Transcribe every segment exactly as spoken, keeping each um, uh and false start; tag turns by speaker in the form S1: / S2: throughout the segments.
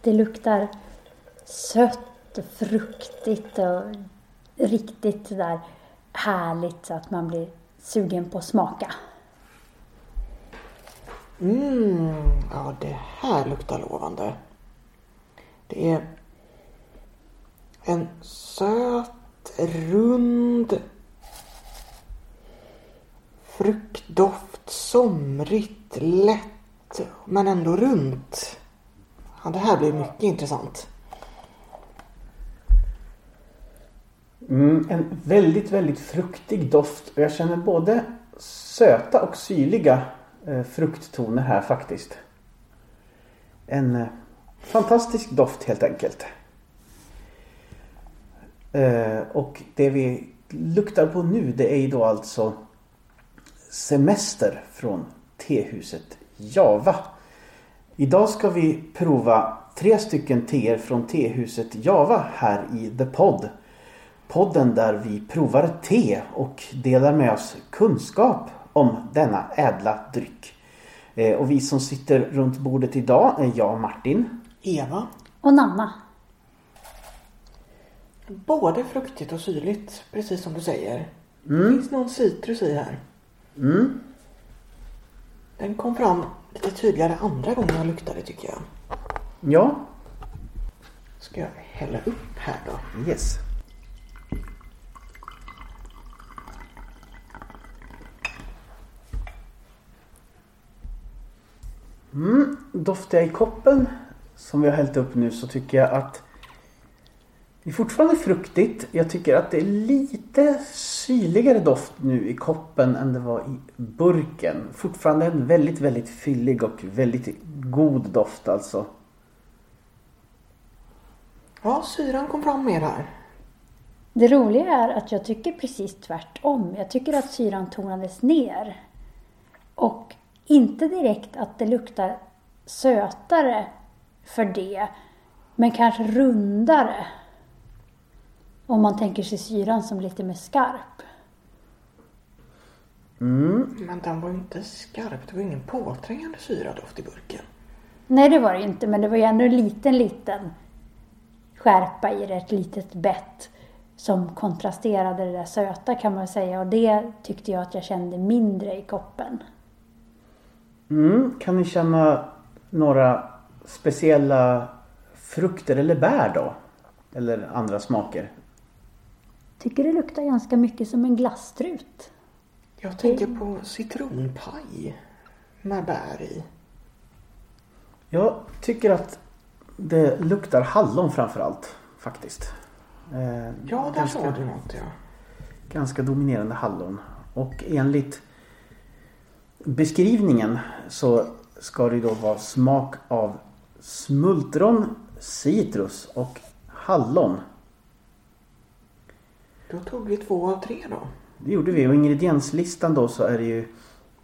S1: Det luktar sött och fruktigt och riktigt där härligt så att man blir sugen på att smaka.
S2: Mm, ja, det här luktar lovande. Det är en söt, rund fruktdoft, somrigt, lätt men ändå runt. Ja, det här blir mycket intressant.
S3: Mm, en väldigt, väldigt fruktig doft. Och jag känner både söta och syrliga eh, frukttoner här faktiskt. En eh, fantastisk doft helt enkelt. Eh, och det vi luktar på nu, det är ju då alltså Semester från tehuset Java. Idag ska vi prova tre stycken teer från tehuset Java här i The Pod. Podden där vi provar te och delar med oss kunskap om denna ädla dryck. Eh, och vi som sitter runt bordet idag är jag, Martin,
S2: Eva
S1: och Nanna.
S2: Både fruktigt och syrligt, precis som du säger.
S3: Mm.
S2: Det finns någon citrus i här.
S3: Mm.
S2: Den kom fram lite tydligare andra gången jag luktade, tycker jag.
S3: Ja.
S2: Ska jag hälla upp här då?
S3: Yes. Mm. Doftar jag i koppen som vi har hällt upp nu så tycker jag att det är fortfarande fruktigt. Jag tycker att det är lite syrligare doft nu i koppen än det var i burken. Fortfarande en väldigt, väldigt fyllig och väldigt god doft alltså.
S2: Ja, syran kom fram mer här.
S1: Det roliga är att jag tycker precis tvärtom. Jag tycker att syran tonades ner. Och inte direkt att det luktar sötare för det. Men kanske rundare. Om man tänker sig syran som lite mer skarp.
S3: Mm.
S2: Men den var ju inte skarp. Det var ingen påträngande syradoft i burken.
S1: Nej, det var det inte. Men det var ju ändå en liten, liten skärpa i det. Ett litet bett som kontrasterade det där söta kan man säga. Och det tyckte jag att jag kände mindre i koppen.
S3: Mm. Kan ni känna några speciella frukter eller bär då? Eller andra smaker?
S1: Tycker det luktar ganska mycket som en glasstrut.
S2: Jag tänker på citronpaj med bär i.
S3: Jag tycker att det luktar hallon framförallt faktiskt. Eh,
S2: Ja, där
S3: ganska,
S2: sa du något, ja.
S3: ganska dominerande hallon. Och enligt beskrivningen så ska det då vara smak av smultron, citrus och hallon.
S2: Då tog vi två av tre då.
S3: Det gjorde vi. Och ingredienslistan då så är det ju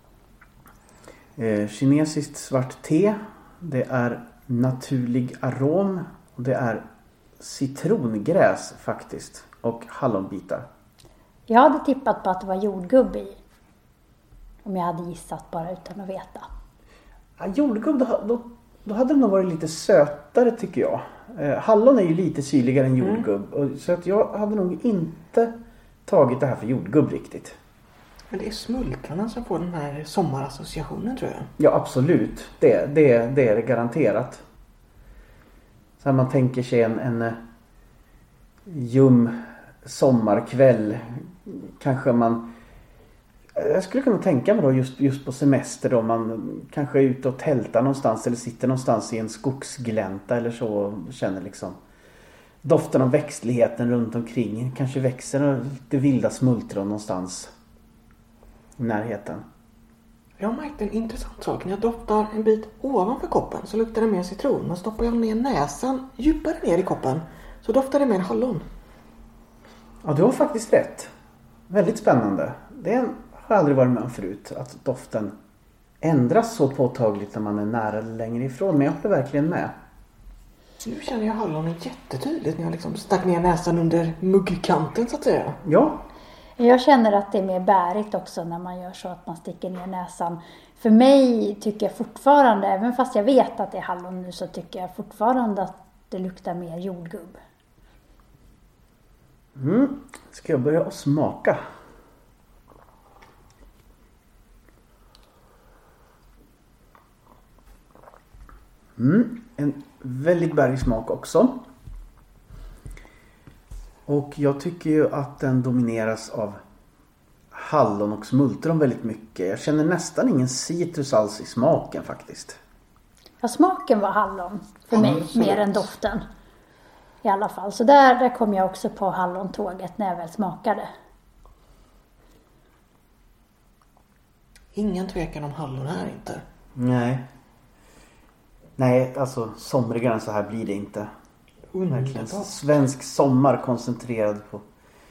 S3: eh, kinesiskt svart te. Det är naturlig arom. Och det är citrongräs faktiskt. Och hallonbitar.
S1: Jag hade tippat på att det var jordgubb i. Om jag hade gissat bara utan att veta.
S3: Ja, jordgubb, då, då, då hade det nog varit lite sötare tycker jag. Eh, hallon är ju lite syrligare än jordgubb. Mm. Och, så att jag hade nog inte tagit det här för jordgubb riktigt.
S2: Men det är smultrarna som får den här sommarassociationen, tror jag.
S3: Ja, absolut. Det, det, det är det garanterat. Så här man tänker sig en, en ljum sommarkväll. Kanske man... Jag skulle kunna tänka mig då just, just på semester då man kanske är ute och tältar någonstans eller sitter någonstans i en skogsglänta eller så och känner liksom doften av växtligheten runt omkring. Kanske växer lite vilda smultron någonstans i närheten.
S2: Jag har märkt en intressant sak. När jag doftar en bit ovanför koppen så luktar det mer citron. Men stoppar jag ner näsan djupare ner i koppen så doftar det mer hallon.
S3: Ja, du har faktiskt rätt. Väldigt spännande. Det har jag aldrig varit med om förut. Att doften ändras så påtagligt när man är nära eller längre ifrån. Men jag håller verkligen med.
S2: Nu känner jag hallonen jättetydligt när jag liksom stack ner näsan under muggkanten så att säga.
S3: Ja.
S1: Jag känner att det är mer bärigt också när man gör så att man sticker ner näsan. För mig tycker jag fortfarande, även fast jag vet att det är hallon nu, så tycker jag fortfarande att det luktar mer jordgubb.
S3: Mm. Ska jag börja och smaka? Mm. En väldigt bärig smak också. Och jag tycker ju att den domineras av hallon och smultron väldigt mycket. Jag känner nästan ingen citrus alls i smaken faktiskt.
S1: Ja, smaken var hallon för mig,
S2: Absolut.
S1: mer än doften. I alla fall. Så där, där kom jag också på hallontåget när jag väl smakade.
S2: Ingen tvekan om hallon här inte.
S3: Nej. Nej, alltså somrigare än så här blir det inte. Verkligen.
S2: Underbart.
S3: Svensk sommar koncentrerad på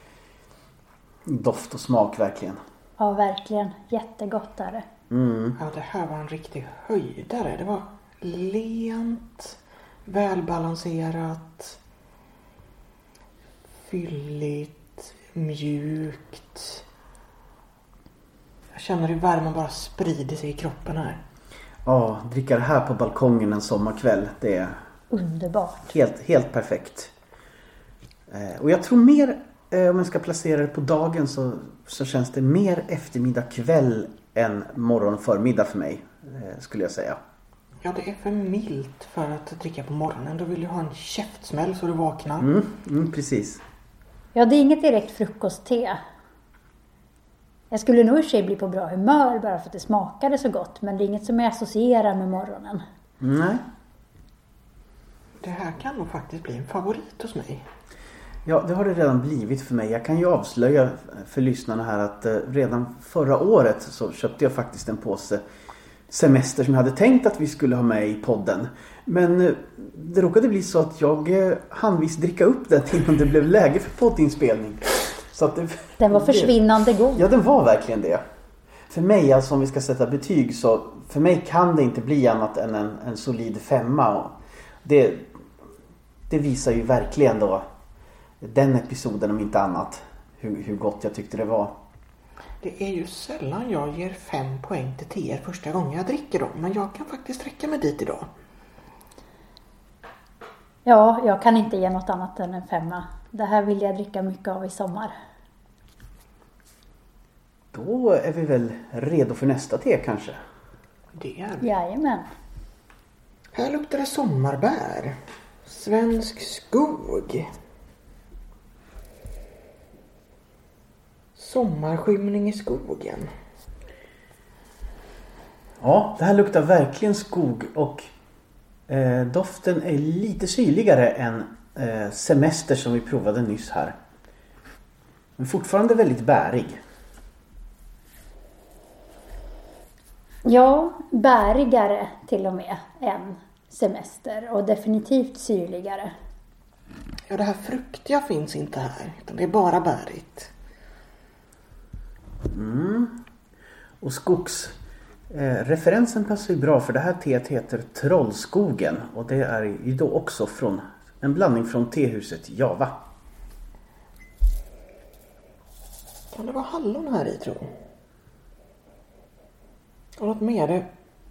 S3: doft och smak verkligen.
S1: Ja, verkligen. Jättegott är det.
S3: Mm.
S2: Ja, det här var en riktig höjdare. Det var lent, välbalanserat, fylligt, mjukt. Jag känner hur värmen bara sprider sig i kroppen här.
S3: Ja, dricka det här på balkongen en sommarkväll, det är
S1: Underbart.
S3: helt, helt perfekt. Eh, och jag tror mer, eh, om jag ska placera det på dagen så, så känns det mer eftermiddag kväll än morgon och förmiddag för mig, eh, skulle jag säga.
S2: Ja, det är för milt för att dricka på morgonen. Då vill du ha en käftsmäll så du vaknar.
S3: Mm, mm, precis.
S1: Ja, det är inget direkt frukostte. Jag skulle nog i och för sig bli på bra humör bara för att det smakade så gott. Men det är inget som jag associerar med morgonen.
S3: Nej.
S2: Det här kan nog faktiskt bli en favorit hos mig.
S3: Ja, det har det redan blivit för mig. Jag kan ju avslöja för lyssnarna här att eh, redan förra året så köpte jag faktiskt en påse semester som jag hade tänkt att vi skulle ha med i podden. Men eh, det råkade bli så att jag eh, hann visst dricka upp den innan det blev läge för poddinspelning. Så att det,
S1: Den var försvinnande god.
S3: Ja, den var verkligen det. För mig, alltså om vi ska sätta betyg, så för mig kan det inte bli annat än en, en solid femma. Och det, det visar ju verkligen då den episoden om inte annat hur, hur gott jag tyckte det var.
S2: Det är ju sällan jag ger fem poäng till T R första gången jag dricker dem. Men jag kan faktiskt sträcka mig dit idag.
S1: Ja, jag kan inte ge något annat än en femma. Det här vill jag dricka mycket av i sommar.
S3: Då är vi väl redo för nästa te kanske.
S2: Det är vi.
S1: Jajamän.
S2: Här luktar det sommarbär. Svensk skog. Sommarskymning i skogen.
S3: Ja, det här luktar verkligen skog och eh, doften är lite syrligare än eh, semester som vi provade nyss här. Men fortfarande väldigt bärig.
S1: Ja, bärigare till och med än semester. Och definitivt syrligare.
S2: Ja, det här fruktiga finns inte här. Utan det är bara bärigt.
S3: Mm. Och skogs eh, referensen passar ju bra, för det här teet heter Trollskogen och det är ju då också från en blandning från tehuset Java.
S2: Kan det vara hallon här i, tror jag? Och något mer? Det...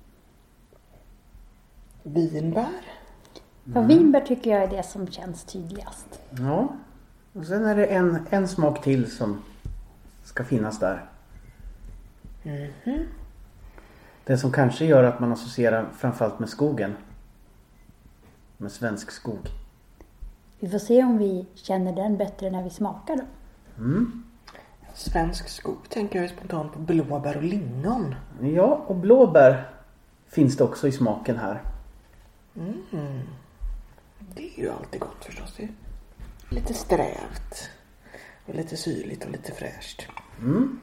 S2: Vinbär?
S1: Ja, vinbär tycker jag är det som känns tydligast.
S3: Ja, och sen är det en, en smak till som ska finnas där.
S2: Mhm.
S3: Det som kanske gör att man associerar framförallt med skogen. Med svensk skog.
S1: Vi får se om vi känner den bättre när vi smakar den.
S3: Mm.
S2: Svensk skog tänker jag spontant på blåbär och lingon.
S3: Ja, och blåbär finns det också i smaken här.
S2: Mm. Det är ju alltid gott förstås. Det är lite strävt. Och lite syrligt och lite fräscht.
S3: Mm.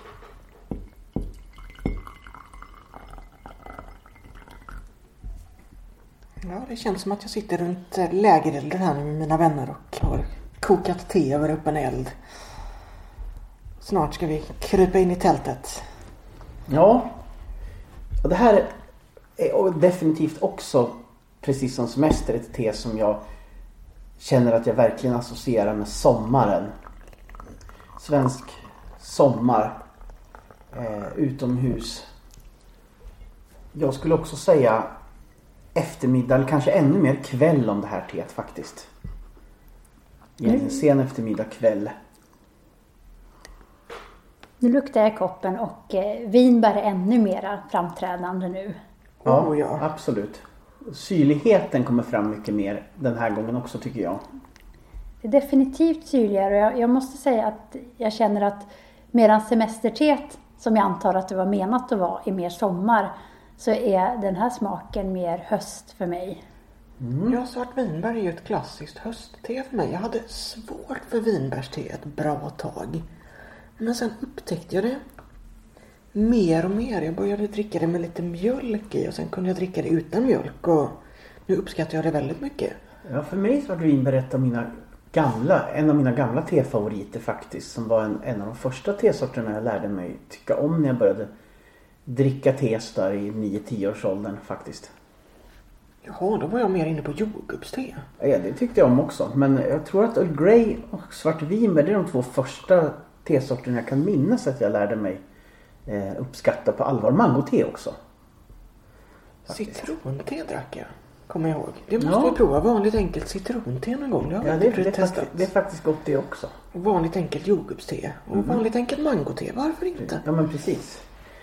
S2: Ja, det känns som att jag sitter runt lägerelden här med mina vänner och har kokat te över öppen eld. Snart ska vi krypa in i tältet.
S3: Ja, och det här är definitivt också, precis som semester, ett te som jag känner att jag verkligen associerar med sommaren. Svensk sommar. Eh, utomhus. Jag skulle också säga eftermiddag, eller kanske ännu mer kväll om det här teet faktiskt. Mm. Sen eftermiddag, kväll.
S1: Nu luktar jag koppen och eh, vinbär är ännu mera framträdande nu.
S3: Ja, oh, ja, absolut. Syrligheten kommer fram mycket mer den här gången också, tycker jag.
S1: Det är definitivt syrligare. Jag, jag måste säga att jag känner att medan semesterteet, som jag antar att det var menat att vara, i mer sommar, så är den här smaken mer höst för mig.
S2: Mm. Ja, svart vinbär är ju ett klassiskt höstte för mig. Jag hade svårt för vinbärste ett bra tag. Men sen upptäckte jag det mer och mer. Jag började dricka det med lite mjölk i och sen kunde jag dricka det utan mjölk. Och nu uppskattar jag det väldigt mycket.
S3: Ja, för mig svart vinbär är ett av mina gamla, en av mina gamla tefavoriter faktiskt. Som var en, en av de första tesorterna jag lärde mig tycka om när jag började dricka te där i nio till tio års åldern faktiskt.
S2: Jaha, då var jag mer inne på jordgubbste.
S3: Ja, det tyckte jag om också. Men jag tror att Earl Grey och svart vinbär, det är de två första tesorterna jag kan minnas att jag lärde mig eh, uppskatta på allvar. Mangote också.
S2: Faktiskt. Citronte drack jag, kommer jag ihåg. Det måste
S3: ja.
S2: vi prova. Vanligt enkelt citronte någon gång. Det har
S3: ja, det, det, det, är det är faktiskt gott det också.
S2: Och vanligt enkelt jordgubbste. Och mm. vanligt enkelt mangote. Varför inte?
S3: Ja, men precis.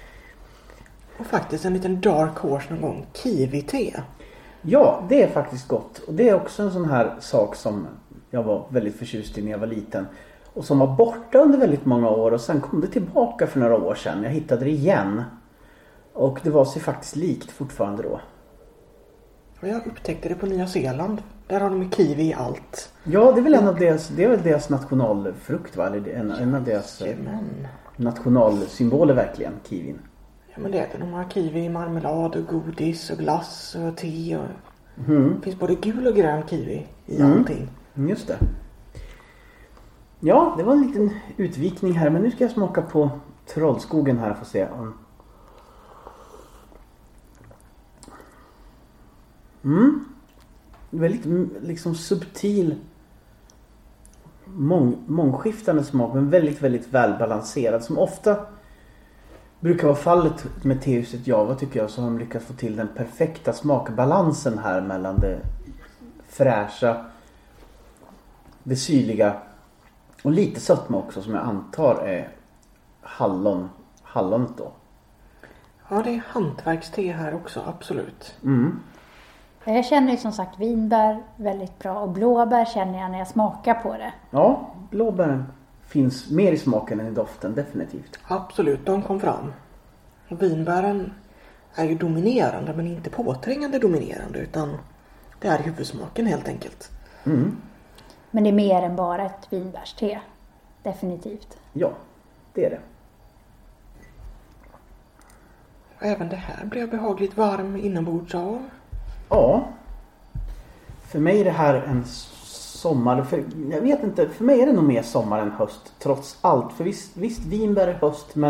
S2: Och faktiskt en liten dark horse någon gång. Kiwi-te.
S3: Ja, det är faktiskt gott. Och det är också en sån här sak som jag var väldigt förtjust i när jag var liten. Och som var borta under väldigt många år. Och sen kom det tillbaka för några år sedan. Jag hittade det igen. Och det var sig faktiskt likt fortfarande då.
S2: Och jag upptäckte det på Nya Zeeland. Där har de kiwi i allt.
S3: Ja, det är väl en av deras, det är väl deras nationalfrukt, va? Eller en, en av deras
S2: Jamen.
S3: nationalsymboler verkligen, kiwin.
S2: Ja, men det är det. De har kiwi i marmelad och godis och glass och te. Och...
S3: Mm.
S2: Det finns både gul och grön kiwi i
S3: mm.
S2: allting.
S3: Just det. Ja, det var en liten utvikning här. Men nu ska jag smaka på Trollskogen här för att se om... Mm. Väldigt liksom subtil mång, mångskiftande smak, men väldigt, väldigt välbalanserad. Som ofta brukar vara fallet med tehuset Java, tycker jag, så har de lyckats få till den perfekta smakbalansen här mellan det fräscha, det syrliga och lite sötma också, som jag antar är hallon, hallonet då.
S2: Ja, det är hantverkste här också, absolut.
S3: Mm.
S1: Jag känner ju som sagt vinbär väldigt bra och blåbär känner jag när jag smakar på det.
S3: Ja, blåbären finns mer i smaken än i doften, definitivt.
S2: Absolut, de kom fram. Och vinbären är ju dominerande, men inte påträngande dominerande, utan det är huvudsmaken helt enkelt.
S3: Mm.
S1: Men det är mer än bara ett vinbärste, definitivt.
S3: Ja, det är det.
S2: Och även det här blev behagligt varm inombords av.
S3: Ja. För mig är det här en sommar. För, jag vet inte, för mig är det nog mer sommar än höst. Trots allt. För visst, visst vinbär är höst. Men,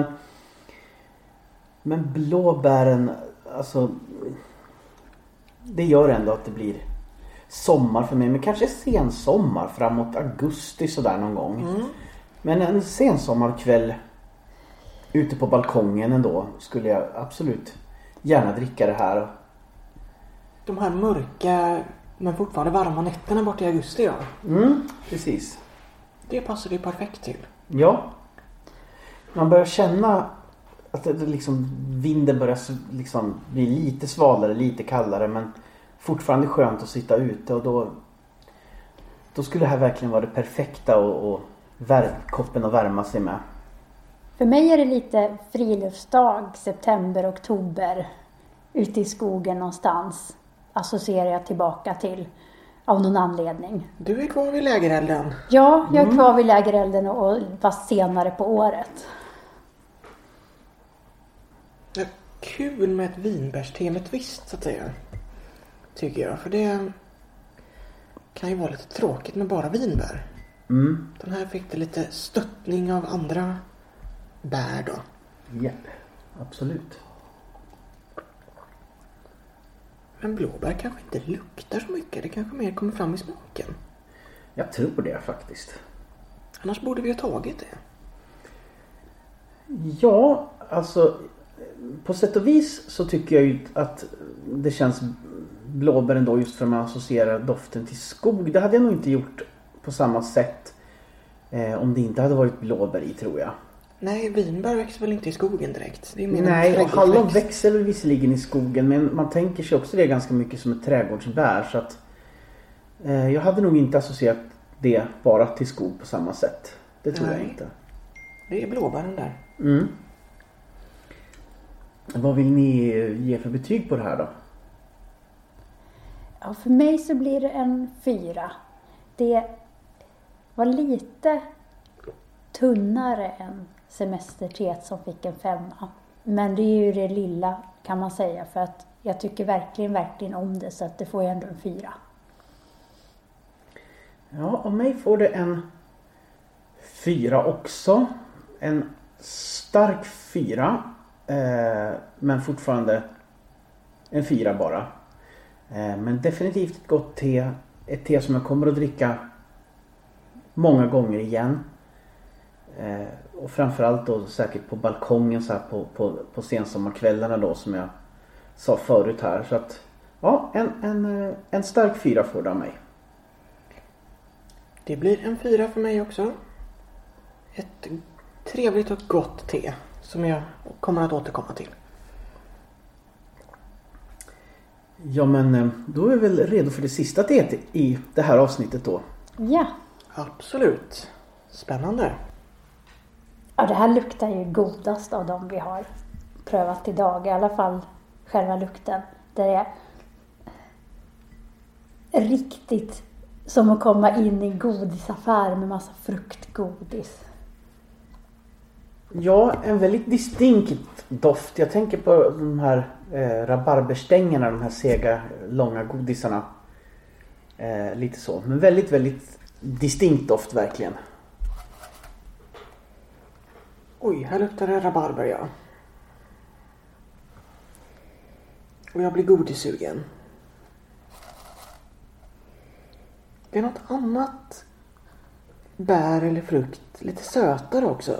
S3: men blåbären. Alltså. Det gör ändå att det blir sommar för mig. Men kanske sen sommar. Framåt augusti sådär någon gång.
S2: Mm.
S3: Men en sen sommarkväll. Ute på balkongen ändå. Skulle jag absolut gärna dricka det här.
S2: De här mörka men fortfarande varma nätterna bort i augusti, ja.
S3: Mm, precis.
S2: Det passar det perfekt till.
S3: Ja. Man börjar känna att det liksom, vinden börjar liksom bli lite svalare, lite kallare, men fortfarande skönt att sitta ute, och då då skulle det här verkligen vara det perfekta och, och vär, koppen att värma sig med.
S1: För mig är det lite friluftsdag, september, oktober, ute i skogen någonstans. Associerar jag tillbaka till av någon anledning.
S2: Du är kvar vid lägerelden.
S1: Ja, jag är
S3: Mm.
S1: kvar vid lägerelden och fast senare på året.
S2: Det är kul med ett vinbärste med twist, så att säga. Tycker jag. För det kan ju vara lite tråkigt med bara vinbär.
S3: Mm.
S2: Den här fick det lite stöttning av andra bär då.
S3: Ja, absolut.
S2: Men blåbär kanske inte luktar så mycket. Det kanske mer kommer fram i smaken.
S3: Jag tror det faktiskt.
S2: Annars borde vi ha tagit det.
S3: Ja, alltså på sätt och vis så tycker jag ju att det känns blåbär ändå just för att man associerar doften till skog. Det hade jag nog inte gjort på samma sätt eh, om det inte hade varit blåbär i, tror jag.
S2: Nej, vinbär växer väl inte i skogen direkt. Det är mer
S3: Nej,
S2: en
S3: och hallon växer väl visserligen i skogen, men man tänker sig också det ganska mycket som ett trädgårdsbär, så att eh, jag hade nog inte associerat det bara till skog på samma sätt. Det tror Nej. jag inte.
S2: Det är blåbären där.
S3: Mm. Vad vill ni ge för betyg på det här då?
S1: Ja, för mig så blir det en fyra. Det var lite tunnare än semestertet som fick en femma. Men det är ju det lilla, kan man säga, för att jag tycker verkligen, verkligen om det, så att det får jag ändå en fyra.
S3: Ja, av mig får det en fyra också. En stark fyra. Eh, men fortfarande en fyra bara. Eh, men definitivt ett gott te. Ett te som jag kommer att dricka många gånger igen. Eh, och framförallt då säkert på balkongen så här på, på, på sensommarkvällarna då, som jag sa förut här. Så att ja, en, en, en stark fyra får det av mig.
S2: Det blir en fyra för mig också. Ett trevligt och gott te som jag kommer att återkomma till.
S3: Ja, men då är vi väl redo för det sista teet i det här avsnittet då.
S1: Ja.
S2: Absolut. Spännande.
S1: Ja, det här luktar ju godast av de vi har prövat idag. I alla fall själva lukten. Det är riktigt som att komma in i en godisaffär med massa fruktgodis.
S3: Ja, en väldigt distinkt doft. Jag tänker på de här eh, rabarberstängerna, de här sega, långa godisarna. Eh, lite så. Men väldigt, väldigt distinkt doft verkligen.
S2: Oj, här luktar det rabarber, ja. Och jag blir godisugen. Det är något annat bär eller frukt. Lite sötare också.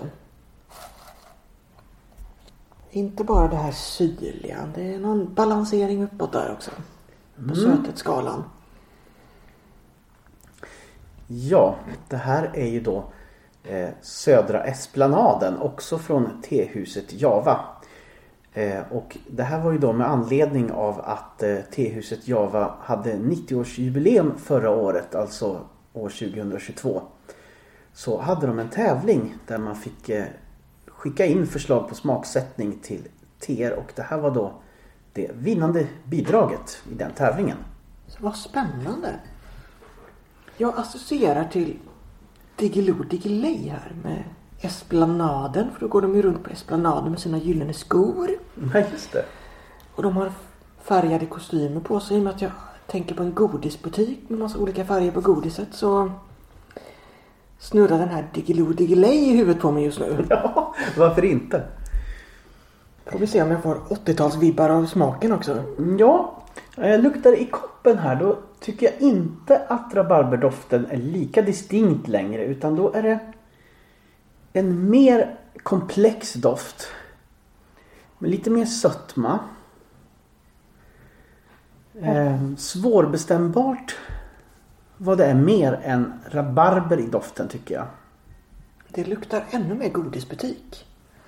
S2: Inte bara det här syrliga. Det är någon balansering uppåt där också. På mm. söthetsskalan.
S3: Ja, det här är ju då eh, Södra Esplanaden. Också från tehuset Java. Eh, och det här var ju då med anledning av att eh, tehuset Java hade nittioårsjubileum förra året. Alltså år tjugohundratjugotvå. Så hade de en tävling där man fick eh, skicka in förslag på smaksättning till teer. Och det här var då det vinnande bidraget i den tävlingen.
S2: Så vad spännande. Jag associerar till Diggiloo Diggiley här med Esplanaden. För då går de ju runt på Esplanaden med sina gyllene skor.
S3: Nej, just det.
S2: Och de har färgade kostymer på sig. Med att jag tänker på en godisbutik med massa olika färger på godiset, så snurrar den här Diggiloo Diggiley i huvudet på mig just nu.
S3: Ja, varför inte?
S2: Får vi se om jag får åttiotalsvibbar av smaken också.
S3: Ja, jag luktar i koppen här. Då tycker jag inte att rabarberdoften är lika distinkt längre. Utan då är det en mer komplex doft. Med lite mer sötma. Eh, svårbestämbart vad det är mer än rabarber i doften, tycker jag.
S2: Det luktar ännu mer godisbutik.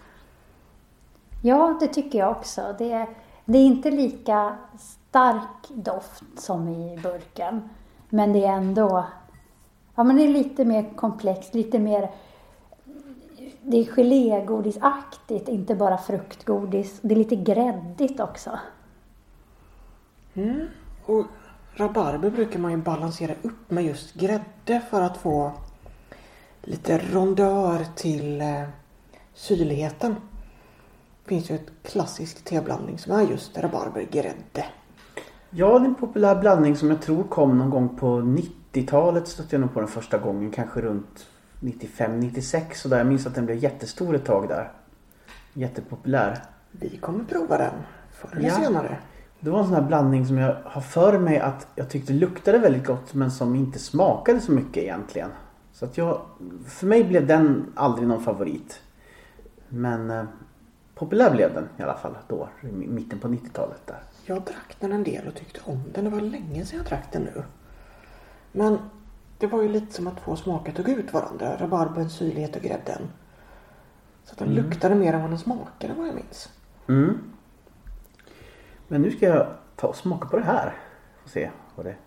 S1: Ja, det tycker jag också. Det är, det är inte lika stark doft som i burken. Men det är ändå, ja, men det är lite mer komplext, lite mer, det är gelégodisaktigt, inte bara fruktgodis. Det är lite gräddigt också.
S2: Mm. Och rabarber brukar man ju balansera upp med just grädde för att få lite rondör till eh, syrligheten. Det finns ju ett klassisk teblandning som är just rabarbergrädde.
S3: Ja, det är en populär blandning som jag tror kom någon gång på nittiotalet. Stötte jag nog på den första gången, kanske runt nittiofem nittiosex. Så där. Jag minns att den blev jättestor ett tag där. Jättepopulär.
S2: Vi kommer prova den förr eller
S3: ja.
S2: senare.
S3: Det var en sån här blandning som jag har för mig att jag tyckte luktade väldigt gott, men som inte smakade så mycket egentligen. Så att jag, för mig blev den aldrig någon favorit. Men eh, populär blev den i alla fall då, i mitten på nittiotalet där.
S2: Jag drack den en del och tyckte om den. Det var länge sedan jag drack den nu. Men det var ju lite som att två smaker tog ut varandra. Rabarbens syrlighet och grädden. Så att den mm. luktade mer än vad den smakade, vad jag minns.
S3: Mm. Men nu ska jag ta och smaka på det här. Och se vad det är.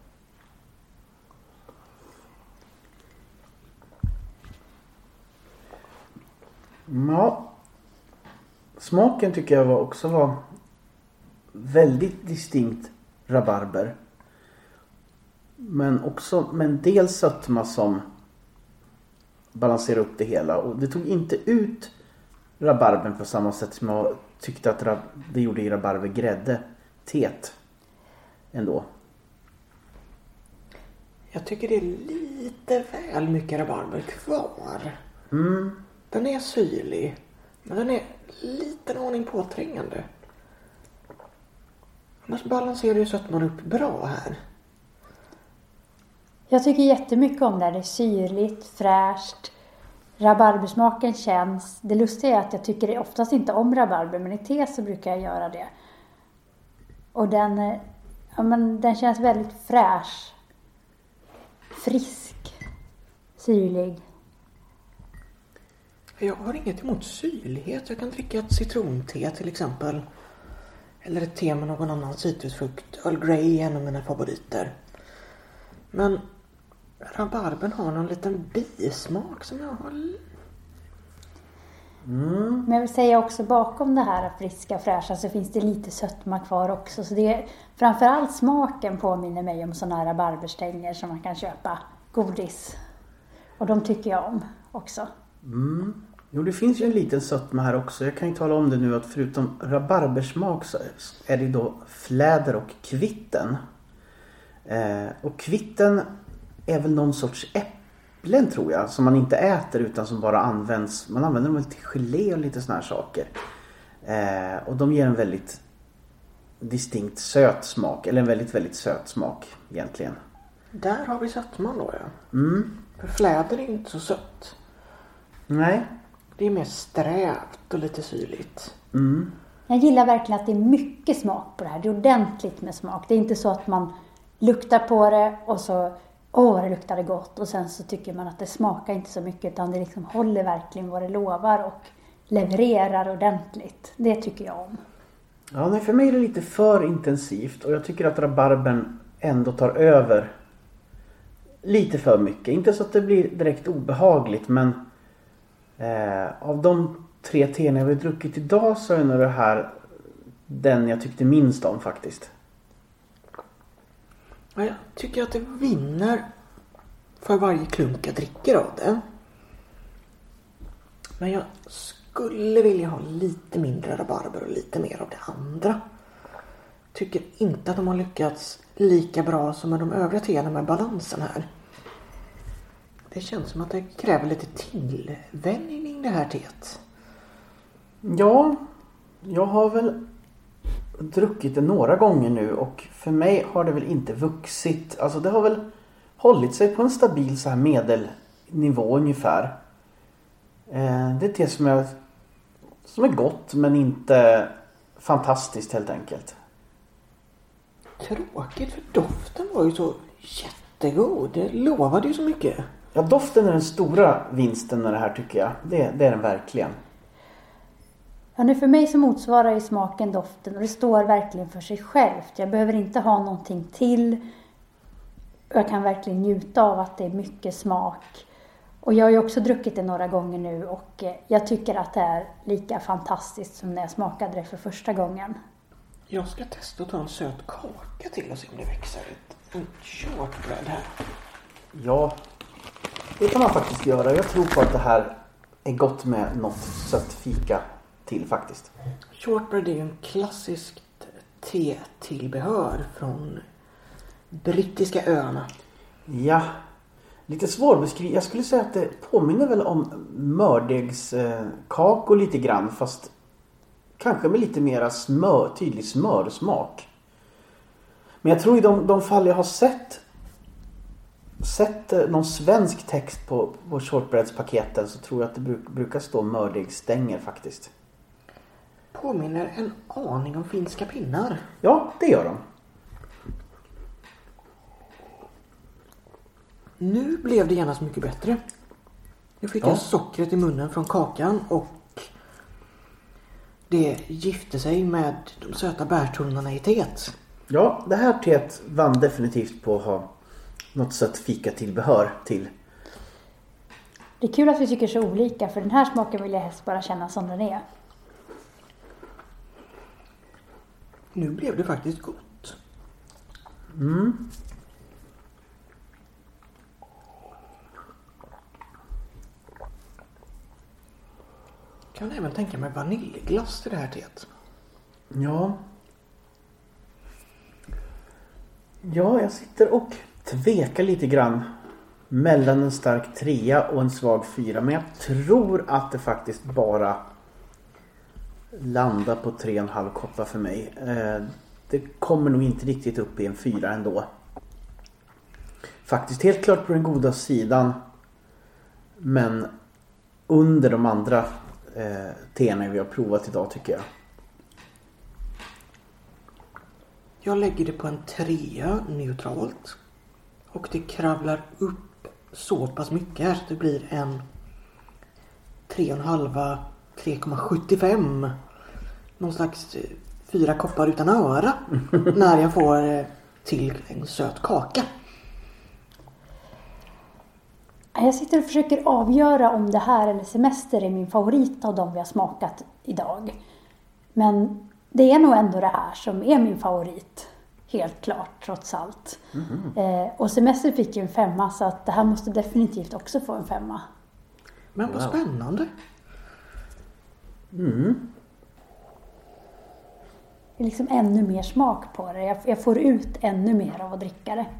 S3: Ja. Smaken tycker jag var också var väldigt distinkt rabarber. Men också med en del sötma som balanserar upp det hela. Och det tog inte ut rabarbern på samma sätt som jag tyckte att det gjorde i rabarbergrädde teet ändå.
S2: Jag tycker det är lite väl mycket rabarber kvar.
S3: Mm.
S2: Den är syrlig, men den är lite en aning påträngande. Annars balanserar ju sötman upp bra här.
S1: Jag tycker jättemycket om det. Det är syrligt, fräscht. Rabarbersmaken känns. Det lustiga är att jag tycker oftast inte om rabarber, men i te så brukar jag göra det. Och den, ja, men den känns väldigt fräsch. Frisk. Syrlig.
S2: Jag har inget emot syrlighet. Jag kan dricka ett citronte till exempel. Eller ett te med någon annan citrusfrukt. Earl Grey är en av mina favoriter. Men rabarbern har någon liten bismak som jag har.
S3: Mm.
S1: Men jag vill säga också bakom det här friska fräscha så finns det lite sötma kvar också. Så det är framförallt smaken påminner mig om sådana här rabarberstänger som man kan köpa godis. Och de tycker jag om också.
S3: Mm. Jo, det finns ju en liten sötma här också. Jag kan ju tala om det nu att förutom rabarbersmak så är det då fläder och kvitten. Eh, och kvitten är väl någon sorts äpplen tror jag. Som man inte äter utan som bara används. Man använder dem till gelé och lite såna här saker. Eh, och de ger en väldigt distinkt söt smak. Eller en väldigt, väldigt söt smak egentligen.
S2: Där har vi sötman då, ja.
S3: Mm.
S2: För fläder är inte så sött.
S3: Nej.
S2: Det är mer strävt och lite syrligt.
S3: Mm.
S1: Jag gillar verkligen att det är mycket smak på det här. Det är ordentligt med smak. Det är inte så att man luktar på det och så, åh det luktar det gott. Och sen så tycker man att det smakar inte så mycket utan det liksom håller verkligen vad det lovar och levererar ordentligt. Det tycker jag om.
S3: Ja, nej, för mig är det lite för intensivt och jag tycker att rabarbern ändå tar över lite för mycket. Inte så att det blir direkt obehagligt men eh, av de tre teerna jag har druckit idag så är nog det här den jag tyckte minst om faktiskt.
S2: Ja, jag tycker att det vinner för varje klunk jag dricker av det. Men jag skulle vilja ha lite mindre rabarber och lite mer av det andra. Tycker inte att de har lyckats lika bra som med de övriga teerna med balansen här. Det känns som att det kräver lite tillvänjning det här teet.
S3: Ja, jag har väl druckit det några gånger nu och för mig har det väl inte vuxit. Alltså det har väl hållit sig på en stabil så här medelnivå ungefär. Eh, det är ett te som är, som är gott men inte fantastiskt helt enkelt.
S2: Tråkigt för doften var ju så jättegod. Det lovade ju så mycket.
S3: Ja, doften är den stora vinsten med det här tycker jag. Det, det är den verkligen.
S1: Ja, nu för mig så motsvarar ju smaken doften och det står verkligen för sig självt. Jag behöver inte ha någonting till. Jag kan verkligen njuta av att det är mycket smak. Och jag har ju också druckit det några gånger nu och jag tycker att det är lika fantastiskt som när jag smakade det för första gången.
S2: Jag ska testa att ta en söt kaka till och se om det växer ett en shortbread här.
S3: Ja, det kan man faktiskt göra. Jag tror på att det här är gott med något sött fika till faktiskt.
S2: Shortbread är ju en klassiskt te-tillbehör från brittiska öarna.
S3: Ja, lite svårbeskrivet. Jag skulle säga att det påminner väl om mördegskakor lite grann fast kanske med lite mera smör, tydlig smörsmak. Men jag tror i de, de fall jag har sett sett eh, någon svensk text på, på shortbreadspaketen så tror jag att det bruk, brukar stå mördegstänger faktiskt.
S2: Påminner en aning om finska pinnar.
S3: Ja, det gör de.
S2: Nu blev det genast mycket bättre. Nu fick
S3: Ja.
S2: jag sockret i munnen från kakan och det gifte sig med de söta bärtunnarna i teet.
S3: Ja, det här teet vann definitivt på att ha något sätt fika tillbehör till.
S1: Det är kul att vi tycker så olika, för den här smaken vill jag helst bara känna som den är.
S2: Nu blev det faktiskt gott.
S3: Mm.
S2: Kan även tänka mig vaniljglass till det här teet.
S3: Ja. Ja, jag sitter och tvekar lite grann mellan en stark trea och en svag fyra. Men jag tror att det faktiskt bara landar på tre och en halv koppar för mig. Eh, det kommer nog inte riktigt upp i en fyra ändå. Faktiskt helt klart på den goda sidan. Men under de andra eh, teerna vi har provat idag tycker jag.
S2: Jag lägger det på en trea neutralt. Och det kravlar upp så pass mycket här så det blir en tre och en halv, tre komma sjuttiofem. Någon slags fyra koppar utan öra. När jag får till en söt kaka.
S1: Jag sitter och försöker avgöra om det här eller semester är min favorit av de vi har smakat idag. Men det är nog ändå det här som är min favorit. Helt klart, trots allt. Mm. Eh, och semester fick ju en femma, så att det här måste definitivt också få en femma.
S2: Men vad
S3: Wow.
S2: spännande.
S3: Mm.
S1: Det är liksom ännu mer smak på det. Jag, jag får ut ännu mer av att dricka det.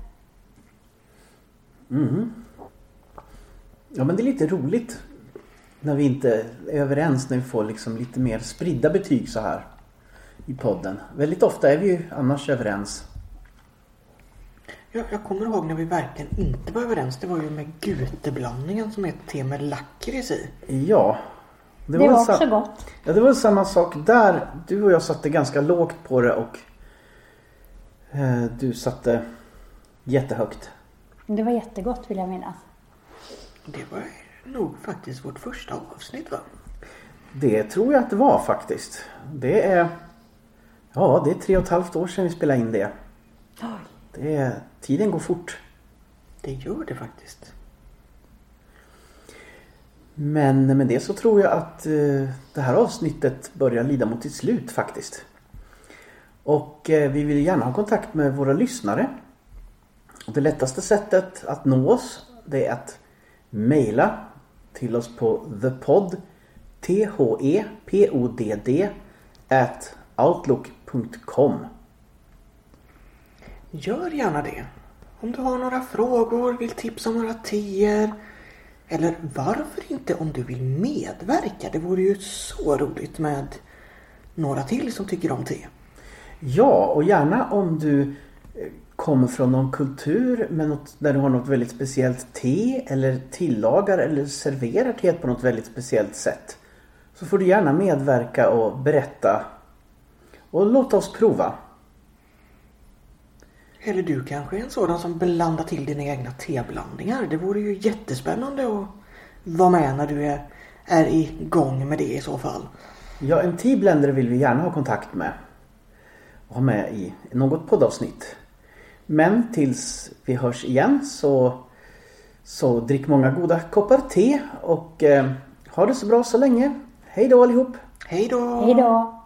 S3: Mm. Ja, men det är lite roligt när vi inte är överens, när vi får liksom lite mer spridda betyg så här i podden. Väldigt ofta är vi ju annars överens.
S2: Jag, jag kommer ihåg när vi verkligen inte var överens. Det var ju med guteblandningen som är ett te med lakrits i.
S3: Ja.
S1: Det, det var också
S3: sa-
S1: gott.
S3: Ja, det var samma sak där. Du och jag satte ganska lågt på det och eh, du satte jättehögt.
S1: Det var jättegott, vill jag minnas.
S2: Det var nog faktiskt vårt första avsnitt, va?
S3: Det tror jag att det var faktiskt. Det är ja, det är tre och ett halvt år sedan vi spelade in det.
S1: Oj.
S3: Det är, tiden går fort.
S2: Det gör det faktiskt.
S3: Men med det så tror jag att eh, det här avsnittet börjar lida mot sitt slut faktiskt. Och eh, vi vill gärna ha kontakt med våra lyssnare. Och det lättaste sättet att nå oss, det är att mejla till oss på thepod t h e p o d d at outlook punkt com.
S2: Gör gärna det. Om du har några frågor, vill tipsa om några teer. Eller varför inte om du vill medverka. Det vore ju så roligt med några till som tycker om te.
S3: Ja, och gärna om du kommer från någon kultur med något, där du har något väldigt speciellt te eller tillagar eller serverar te på något väldigt speciellt sätt. Så får du gärna medverka och berätta och låta oss prova.
S2: Eller du kanske är en sådan som blandar till dina egna teblandningar. Det vore ju jättespännande att vara med när du är, är igång med det i så fall.
S3: Ja, en teablender vill vi gärna ha kontakt med och ha med i något poddavsnitt. Men tills vi hörs igen så, så drick många goda koppar te och eh, ha det så bra så länge. Hej då allihop!
S2: Hej då!
S1: Hej då!